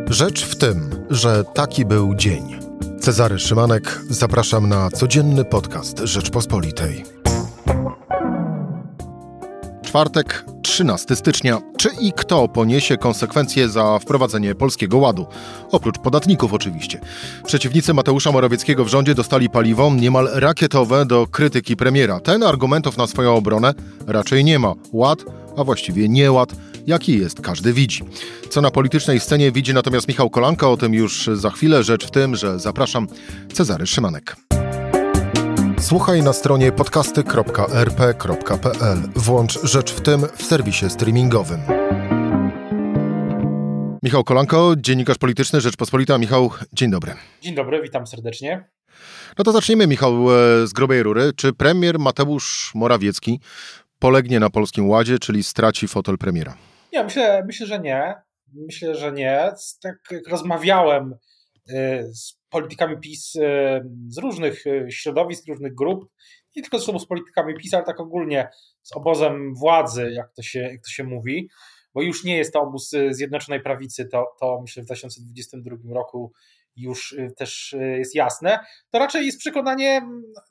Rzecz w tym, że taki był dzień. Cezary Szymanek, zapraszam na codzienny podcast Rzeczpospolitej. Czwartek, 13 stycznia. Czy i kto poniesie konsekwencje za wprowadzenie Polskiego Ładu? Oprócz podatników oczywiście. Przeciwnicy Mateusza Morawieckiego w rządzie dostali paliwo niemal rakietowe do krytyki premiera. Ten argumentów na swoją obronę raczej nie ma. Ład, a właściwie nieład, jaki jest, każdy widzi. Co na politycznej scenie widzi natomiast Michał Kolanka, o tym już za chwilę. Rzecz w tym, że zapraszam, Cezary Szymanek. Słuchaj na stronie podcasty.rp.pl. Włącz Rzecz w tym w serwisie streamingowym. Michał Kolanko, dziennikarz polityczny Rzeczpospolita. Michał, dzień dobry. Dzień dobry, witam serdecznie. No to zacznijmy, Michał, z grubej rury. Czy premier Mateusz Morawiecki polegnie na Polskim Ładzie, czyli straci fotel premiera? Nie, myślę, że nie. Myślę, że nie. Tak jak rozmawiałem z politykami PiS z różnych środowisk, różnych grup, nie tylko z politykami PiS, ale tak ogólnie z obozem władzy, jak to się mówi, bo już nie jest to obóz Zjednoczonej Prawicy, to myślę w 2022 roku już też jest jasne, to raczej jest przekonanie,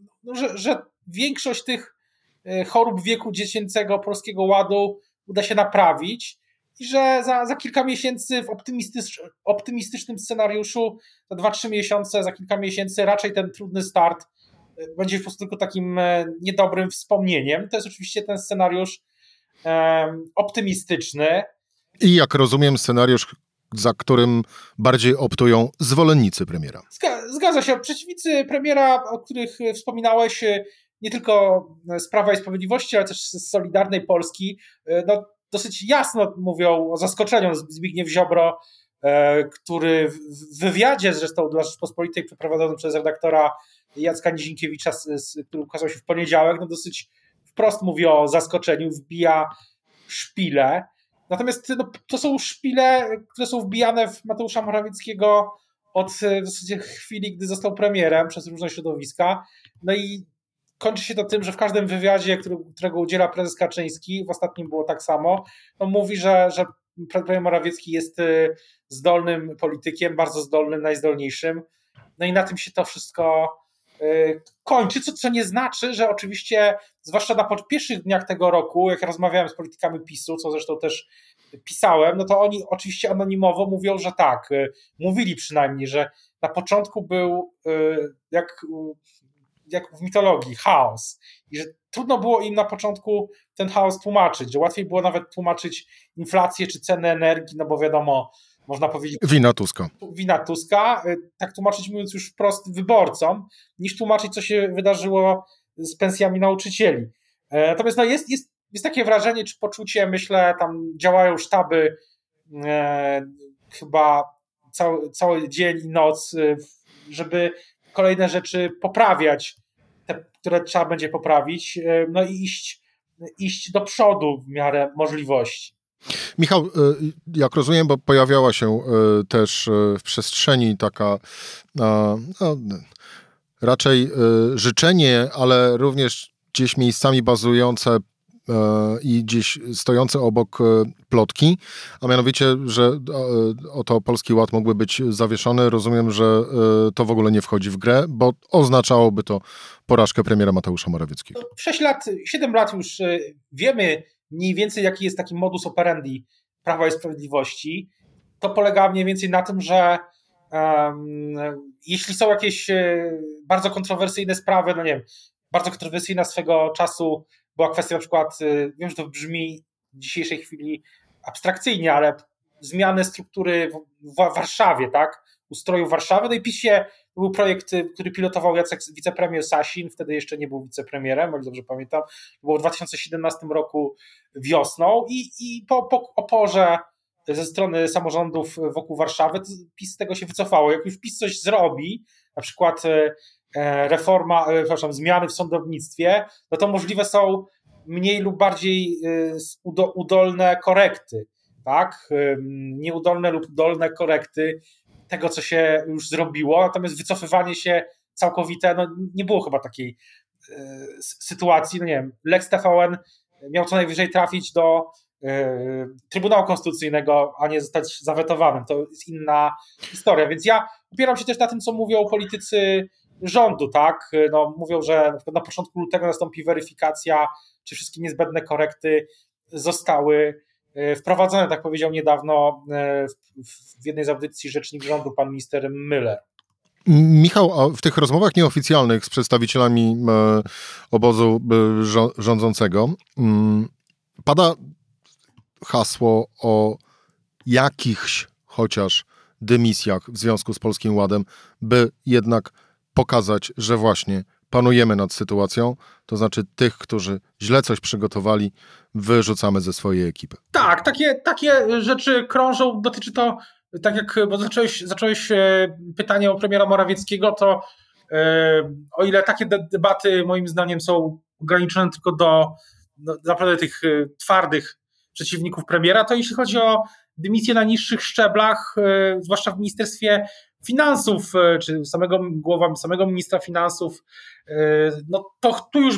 że większość tych chorób wieku dziecięcego Polskiego Ładu uda się naprawić i że za kilka miesięcy w optymistycznym scenariuszu, za 2-3 miesiące, za kilka miesięcy raczej ten trudny start będzie po prostu tylko takim niedobrym wspomnieniem. To jest oczywiście ten scenariusz optymistyczny. I jak rozumiem, scenariusz, za którym bardziej optują zwolennicy premiera. Zgadza się. Przeciwnicy premiera, o których wspominałeś, nie tylko z Prawa i Sprawiedliwości, ale też z Solidarnej Polski, dosyć jasno mówią o zaskoczeniu. Zbigniew Ziobro, który w wywiadzie zresztą dla Rzeczpospolitej przeprowadzonym przez redaktora Jacka Nizinkiewicza, który ukazał się w poniedziałek, dosyć wprost mówi o zaskoczeniu, wbija szpile. Natomiast to są szpile, które są wbijane w Mateusza Morawieckiego od w zasadzie chwili, gdy został premierem przez różne środowiska. No i kończy się to tym, że w każdym wywiadzie, którego udziela prezes Kaczyński, w ostatnim było tak samo, mówi, że premier Morawiecki jest zdolnym politykiem, bardzo zdolnym, najzdolniejszym. No i na tym się to wszystko kończy, co nie znaczy, że oczywiście, zwłaszcza na pierwszych dniach tego roku, jak rozmawiałem z politykami PiS-u, co zresztą też pisałem, to oni oczywiście anonimowo mówią, że tak, mówili przynajmniej, że na początku był jak w mitologii, chaos. I że trudno było im na początku ten chaos tłumaczyć, że łatwiej było nawet tłumaczyć inflację czy cenę energii, bo wiadomo, można powiedzieć... Wina Tuska, tak tłumaczyć, mówiąc już wprost, wyborcom, niż tłumaczyć, co się wydarzyło z pensjami nauczycieli. Natomiast jest takie wrażenie, czy poczucie, myślę, tam działają sztaby chyba cały dzień i noc, żeby kolejne rzeczy poprawiać, te, które trzeba będzie poprawić, i iść do przodu w miarę możliwości. Michał, jak rozumiem, bo pojawiała się też w przestrzeni taka raczej życzenie, ale również gdzieś miejscami bazujące i gdzieś stojące obok plotki, a mianowicie, że oto Polski Ład mógłby być zawieszony. Rozumiem, że to w ogóle nie wchodzi w grę, bo oznaczałoby to porażkę premiera Mateusza Morawieckiego. 7 lat już wiemy mniej więcej, jaki jest taki modus operandi Prawa i Sprawiedliwości. To polega mniej więcej na tym, że jeśli są jakieś bardzo kontrowersyjne sprawy, nie wiem, bardzo kontrowersyjna swego czasu była kwestia na przykład, wiem, że to brzmi w dzisiejszej chwili abstrakcyjnie, ale zmiany struktury w Warszawie, tak? Ustroju Warszawy. No i PiS-ie był projekt, który pilotował wicepremier Sasin, wtedy jeszcze nie był wicepremierem, o ile dobrze pamiętam. To było w 2017 roku wiosną i po oporze ze strony samorządów wokół Warszawy PiS z tego się wycofało. Jak już PiS coś zrobi, na przykład zmiany w sądownictwie, to możliwe są mniej lub bardziej udolne korekty, tak? Nieudolne lub udolne korekty tego, co się już zrobiło, natomiast wycofywanie się całkowite, nie było chyba takiej sytuacji, nie wiem, Lex TVN miał co najwyżej trafić do Trybunału Konstytucyjnego, a nie zostać zawetowanym. To jest inna historia. Więc ja opieram się też na tym, co mówią politycy rządu, tak? No, mówią, że na początku lutego nastąpi weryfikacja, czy wszystkie niezbędne korekty zostały wprowadzone, tak powiedział niedawno w jednej z audycji rzecznik rządu, pan minister Müller. Michał, a w tych rozmowach nieoficjalnych z przedstawicielami obozu rządzącego pada hasło o jakichś chociaż dymisjach w związku z Polskim Ładem, by jednak pokazać, że właśnie panujemy nad sytuacją, to znaczy tych, którzy źle coś przygotowali, wyrzucamy ze swojej ekipy. Tak, takie rzeczy krążą, dotyczy to, tak jak, bo zacząłeś pytanie o premiera Morawieckiego, to o ile takie debaty moim zdaniem są ograniczone tylko do naprawdę tych twardych przeciwników premiera, to jeśli chodzi o dymisję na niższych szczeblach, zwłaszcza w Ministerstwie Finansów, czy samego ministra finansów, no to tu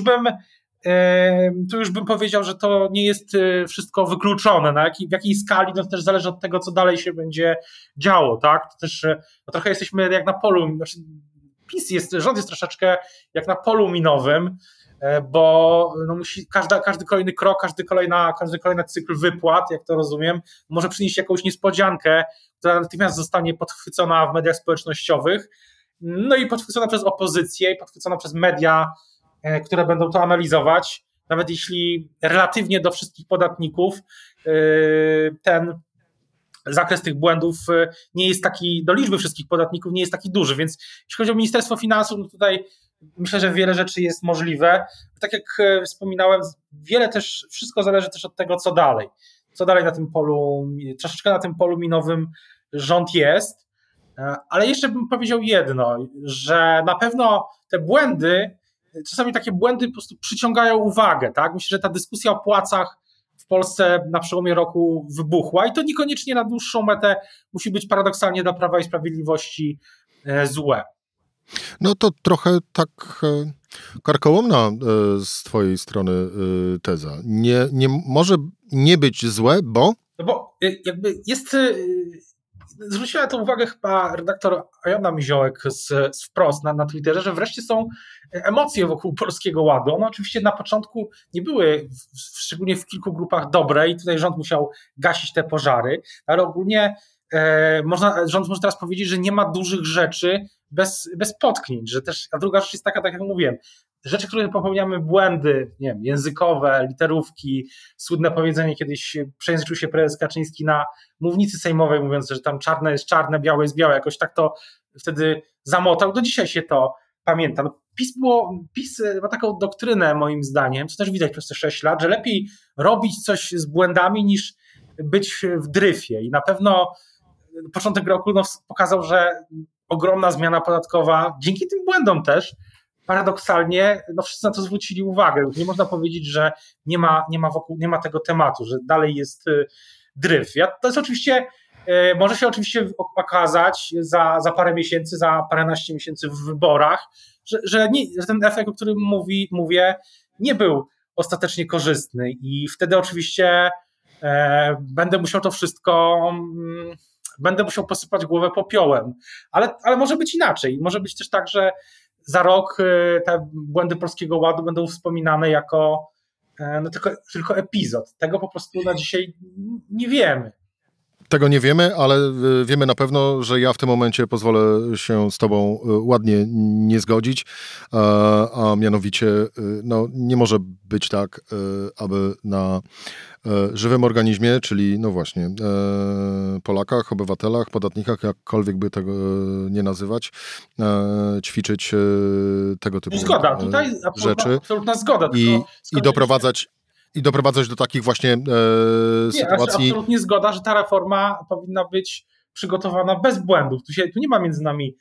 już bym powiedział, że to nie jest wszystko wykluczone. W jakiej skali, to też zależy od tego, co dalej się będzie działo, tak? To też trochę jesteśmy jak na polu, rząd jest troszeczkę jak na polu minowym, bo musi każdy kolejny krok, każdy kolejny cykl wypłat, jak to rozumiem, może przynieść jakąś niespodziankę, która natychmiast zostanie podchwycona w mediach społecznościowych, no i podchwycona przez opozycję i podchwycona przez media, które będą to analizować, nawet jeśli relatywnie do wszystkich podatników ten zakres tych błędów nie jest taki, do liczby wszystkich podatników nie jest taki duży, więc jeśli chodzi o Ministerstwo Finansów, no tutaj myślę, że wiele rzeczy jest możliwe. Tak jak wspominałem, wszystko zależy też od tego, co dalej. Co dalej na tym polu, troszeczkę na tym polu minowym rząd jest, ale jeszcze bym powiedział jedno, że na pewno te błędy, czasami takie błędy po prostu przyciągają uwagę, tak? Myślę, że ta dyskusja o płacach w Polsce na przełomie roku wybuchła i to niekoniecznie na dłuższą metę musi być paradoksalnie dla Prawa i Sprawiedliwości złe. No to trochę tak karkołomna z twojej strony teza. Nie może nie być złe, bo... No bo jakby jest... Zwróciła to uwagę chyba redaktor Ajona Miziołek z Wprost na Twitterze, że wreszcie są emocje wokół Polskiego Ładu. One oczywiście na początku nie były, szczególnie w kilku grupach, dobre i tutaj rząd musiał gasić te pożary, ale ogólnie rząd może teraz powiedzieć, że nie ma dużych rzeczy bez potknięć, że też, a druga rzecz jest taka, tak jak mówiłem, rzeczy, które popełniamy, błędy, nie wiem, językowe, literówki, słynne powiedzenie, kiedyś przejęzyczył się prezes Kaczyński na mównicy sejmowej, mówiąc, że tam czarne jest czarne, białe jest białe, jakoś tak to wtedy zamotał, do dzisiaj się to pamięta. No, PiS ma taką doktrynę, moim zdaniem, co też widać przez te 6 lat, że lepiej robić coś z błędami niż być w dryfie i na pewno początek roku pokazał, że ogromna zmiana podatkowa, dzięki tym błędom też, paradoksalnie wszyscy na to zwrócili uwagę. Nie można powiedzieć, że nie ma tego tematu, że dalej jest dryf. To jest oczywiście, może się oczywiście okazać za parę miesięcy, za paręnaście miesięcy w wyborach, że ten efekt, o którym mówię, nie był ostatecznie korzystny i wtedy oczywiście będę musiał posypać głowę popiołem. Ale może być inaczej. Może być też tak, że za rok te błędy Polskiego Ładu będą wspominane jako tylko epizod. Tego po prostu na dzisiaj nie wiemy. Tego nie wiemy, ale wiemy na pewno, że ja w tym momencie pozwolę się z tobą ładnie nie zgodzić, a mianowicie nie może być tak, aby na żywym organizmie, czyli właśnie Polakach, obywatelach, podatnikach, jakkolwiek by tego nie nazywać, ćwiczyć tego typu tutaj rzeczy. Absolutna zgoda. I doprowadzać do takich właśnie sytuacji. Absolutnie zgoda, że ta reforma powinna być przygotowana bez błędów. Tu nie ma między nami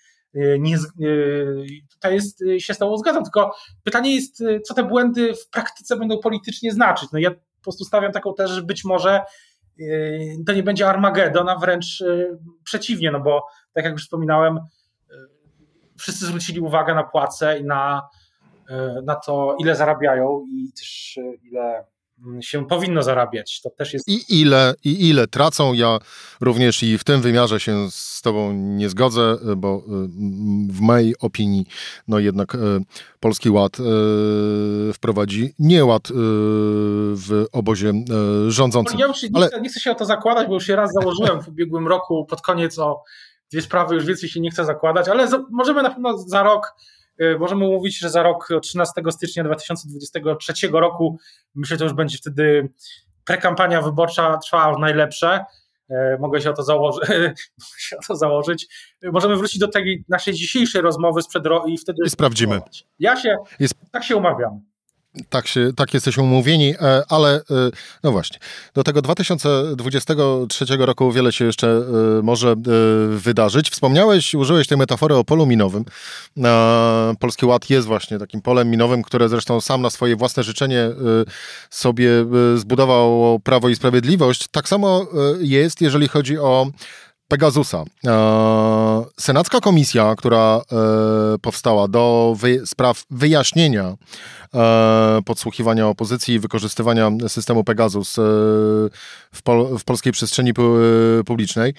tutaj się z tobą zgadzam, tylko pytanie jest, co te błędy w praktyce będą politycznie znaczyć. Ja po prostu stawiam taką też, że być może to nie będzie Armagedon, a wręcz przeciwnie, bo tak jak już wspominałem, wszyscy zwrócili uwagę na płace i na to, ile zarabiają i też ile się powinno zarabiać. To też jest... I ile tracą. Ja również i w tym wymiarze się z tobą nie zgodzę, bo w mojej opinii no jednak Polski Ład wprowadzi nieład w obozie rządzącym. Ja już nie chcę się o to zakładać, bo już się raz założyłem w ubiegłym roku pod koniec o 2 sprawy, już więcej się nie chcę zakładać, ale możemy na pewno za rok, możemy mówić, że za rok, 13 stycznia 2023 roku, myślę, że to już będzie wtedy prekampania wyborcza trwała w najlepsze. Mogę się o to założyć. Możemy wrócić do tej naszej dzisiejszej rozmowy sprzed roku i wtedy... I sprawdzimy. Tak się umawiam. Tak jesteśmy umówieni, ale no właśnie, do tego 2023 roku wiele się jeszcze może wydarzyć. Użyłeś tej metafory o polu minowym. Polski Ład jest właśnie takim polem minowym, które zresztą sam na swoje własne życzenie sobie zbudował Prawo i Sprawiedliwość. Tak samo jest, jeżeli chodzi o Pegasusa. Senacka komisja, która powstała do spraw wyjaśnienia podsłuchiwania opozycji i wykorzystywania systemu Pegasus w polskiej przestrzeni publicznej,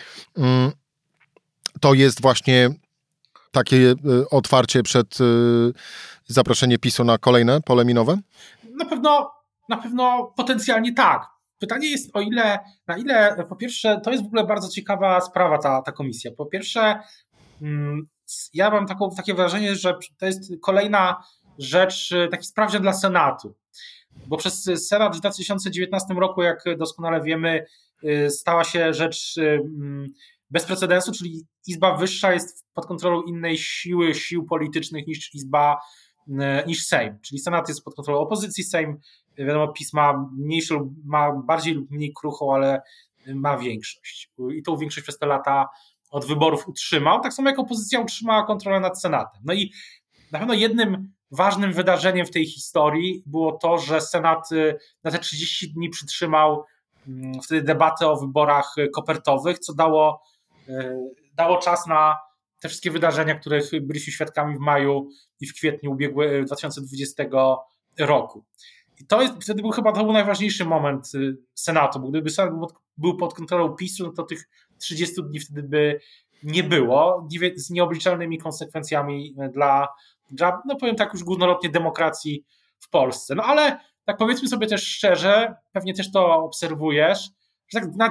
to jest właśnie takie otwarcie przed zaproszenie PiS-u na kolejne pole minowe? Na pewno potencjalnie tak. Pytanie jest na ile, po pierwsze, to jest w ogóle bardzo ciekawa sprawa ta komisja. Po pierwsze, ja mam takie wrażenie, że to jest kolejna rzecz, taki sprawdzian dla Senatu. Bo przez Senat w 2019 roku, jak doskonale wiemy, stała się rzecz bez precedensu, czyli Izba Wyższa jest pod kontrolą innej sił politycznych niż Sejm. Czyli Senat jest pod kontrolą opozycji, Sejm, wiadomo, PiS ma bardziej lub mniej kruchą, ale ma większość. I tą większość przez te lata od wyborów utrzymał, tak samo jak opozycja utrzymała kontrolę nad Senatem. No i na pewno jednym ważnym wydarzeniem w tej historii było to, że Senat na te 30 dni przytrzymał wtedy debatę o wyborach kopertowych, co dało czas na te wszystkie wydarzenia, których byliśmy świadkami w maju i w kwietniu 2020 roku. I wtedy był chyba najważniejszy moment Senatu, bo gdyby Senat był pod kontrolą PiS-u, no to tych 30 dni wtedy by nie było, z nieobliczalnymi konsekwencjami dla no powiem tak już górnolotnie, demokracji w Polsce. No ale tak powiedzmy sobie też szczerze, pewnie też to obserwujesz, że tak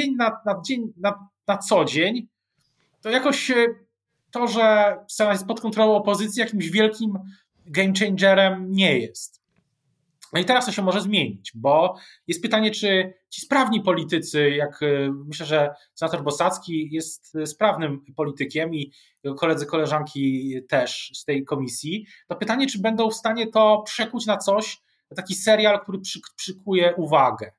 na co dzień to jakoś to, że Senat jest pod kontrolą opozycji, jakimś wielkim game changerem nie jest. No i teraz to się może zmienić, bo jest pytanie, czy ci sprawni politycy, jak myślę, że senator Bosacki jest sprawnym politykiem i jego koledzy, koleżanki też z tej komisji, to pytanie, czy będą w stanie to przekuć na coś, na taki serial, który przykuje uwagę.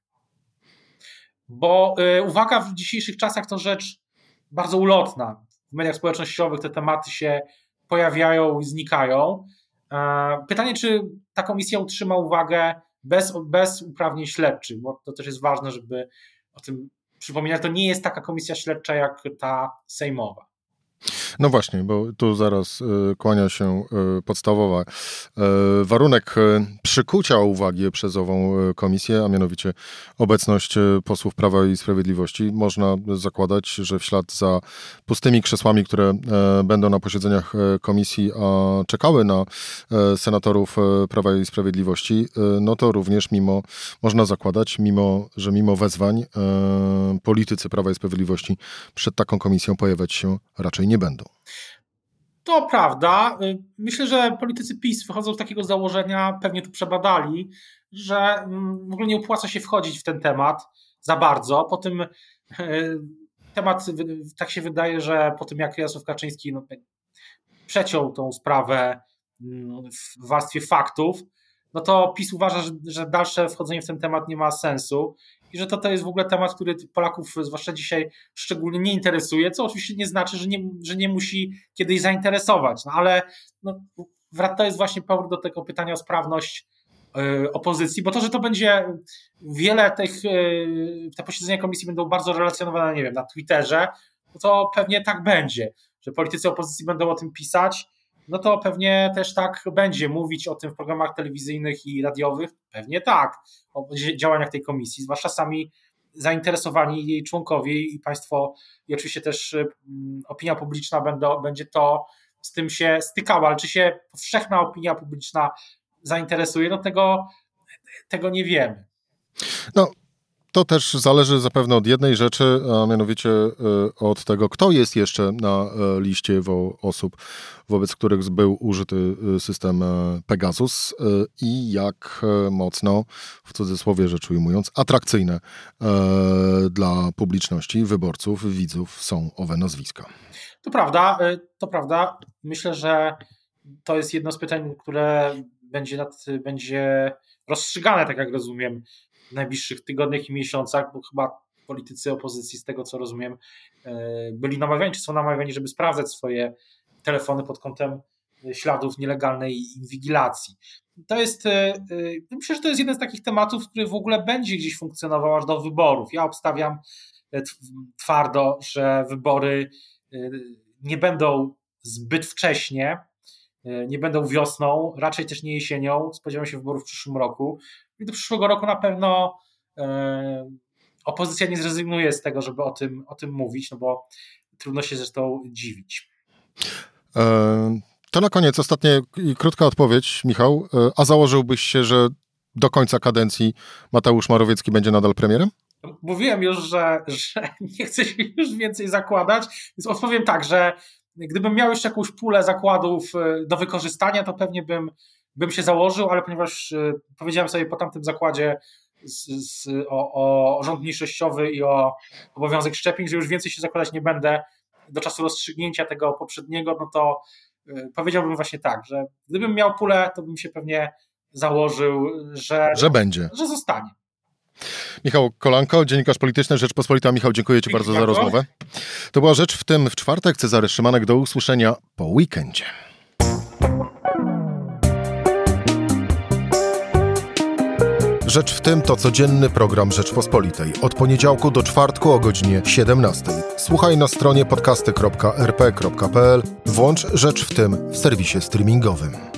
Bo uwaga w dzisiejszych czasach to rzecz bardzo ulotna. W mediach społecznościowych te tematy się pojawiają i znikają. Pytanie, czy ta komisja utrzyma uwagę bez uprawnień śledczych, bo to też jest ważne, żeby o tym przypominać. To nie jest taka komisja śledcza jak ta sejmowa. No właśnie, bo tu zaraz kłania się podstawowy warunek przykucia uwagi przez ową komisję, a mianowicie obecność posłów Prawa i Sprawiedliwości. Można zakładać, że w ślad za pustymi krzesłami, które będą na posiedzeniach komisji, a czekały na senatorów Prawa i Sprawiedliwości, no to również można zakładać, że mimo wezwań politycy Prawa i Sprawiedliwości przed taką komisją pojawiać się raczej nie będą. To prawda. Myślę, że politycy PiS wychodzą z takiego założenia, pewnie tu przebadali, że w ogóle nie opłaca się wchodzić w ten temat za bardzo. Po tym temat, tak się wydaje, że po tym jak Jarosław Kaczyński przeciął tą sprawę w warstwie faktów, no to PiS uważa, że dalsze wchodzenie w ten temat nie ma sensu i że to jest w ogóle temat, który Polaków, zwłaszcza dzisiaj, szczególnie nie interesuje, co oczywiście nie znaczy, że nie musi kiedyś zainteresować. No ale to jest właśnie powód do tego pytania o sprawność opozycji, bo to, że to będzie te posiedzenia komisji będą bardzo relacjonowane, nie wiem, na Twitterze, no to pewnie tak będzie, że politycy opozycji będą o tym pisać no to pewnie też tak będzie mówić o tym w programach telewizyjnych i radiowych, pewnie tak, o działaniach tej komisji, zwłaszcza sami zainteresowani jej członkowie i państwo, i oczywiście też opinia publiczna będzie to z tym się stykała, ale czy się powszechna opinia publiczna zainteresuje, no tego nie wiemy. No, to też zależy zapewne od jednej rzeczy, a mianowicie od tego, kto jest jeszcze na liście osób, wobec których był użyty system Pegasus i jak mocno, w cudzysłowie rzecz ujmując, atrakcyjne dla publiczności, wyborców, widzów są owe nazwiska. To prawda. Myślę, że to jest jedno z pytań, które będzie rozstrzygane, tak jak rozumiem, w najbliższych tygodniach i miesiącach, bo chyba politycy opozycji, z tego co rozumiem, byli namawiani, czy są namawiani, żeby sprawdzać swoje telefony pod kątem śladów nielegalnej inwigilacji. Myślę, że to jest jeden z takich tematów, który w ogóle będzie gdzieś funkcjonował aż do wyborów. Ja obstawiam twardo, że wybory nie będą zbyt wcześnie, nie będą wiosną, raczej też nie jesienią. Spodziewam się wyborów w przyszłym roku. I do przyszłego roku na pewno opozycja nie zrezygnuje z tego, żeby o tym mówić, no bo trudno się zresztą dziwić. To na koniec ostatnia i krótka odpowiedź, Michał. A założyłbyś się, że do końca kadencji Mateusz Morawiecki będzie nadal premierem? Mówiłem już, że nie chcę się już więcej zakładać, więc odpowiem tak, że gdybym miał jeszcze jakąś pulę zakładów do wykorzystania, to pewnie bym się założył, ale ponieważ powiedziałem sobie po tamtym zakładzie o rząd mniejszościowy i o obowiązek szczepień, że już więcej się zakładać nie będę do czasu rozstrzygnięcia tego poprzedniego, no to powiedziałbym właśnie tak, że gdybym miał pulę, to bym się pewnie założył, że będzie, że zostanie. Michał Kolanko, dziennikarz polityczny Rzeczpospolita. Michał, dziękuję Ci bardzo za rozmowę. To była Rzecz w tym w czwartek. Cezary Szymanek, do usłyszenia po weekendzie. Rzecz w tym to codzienny program Rzeczpospolitej. Od poniedziałku do czwartku o godzinie 17. Słuchaj na stronie podcasty.rp.pl. Włącz Rzecz w tym w serwisie streamingowym.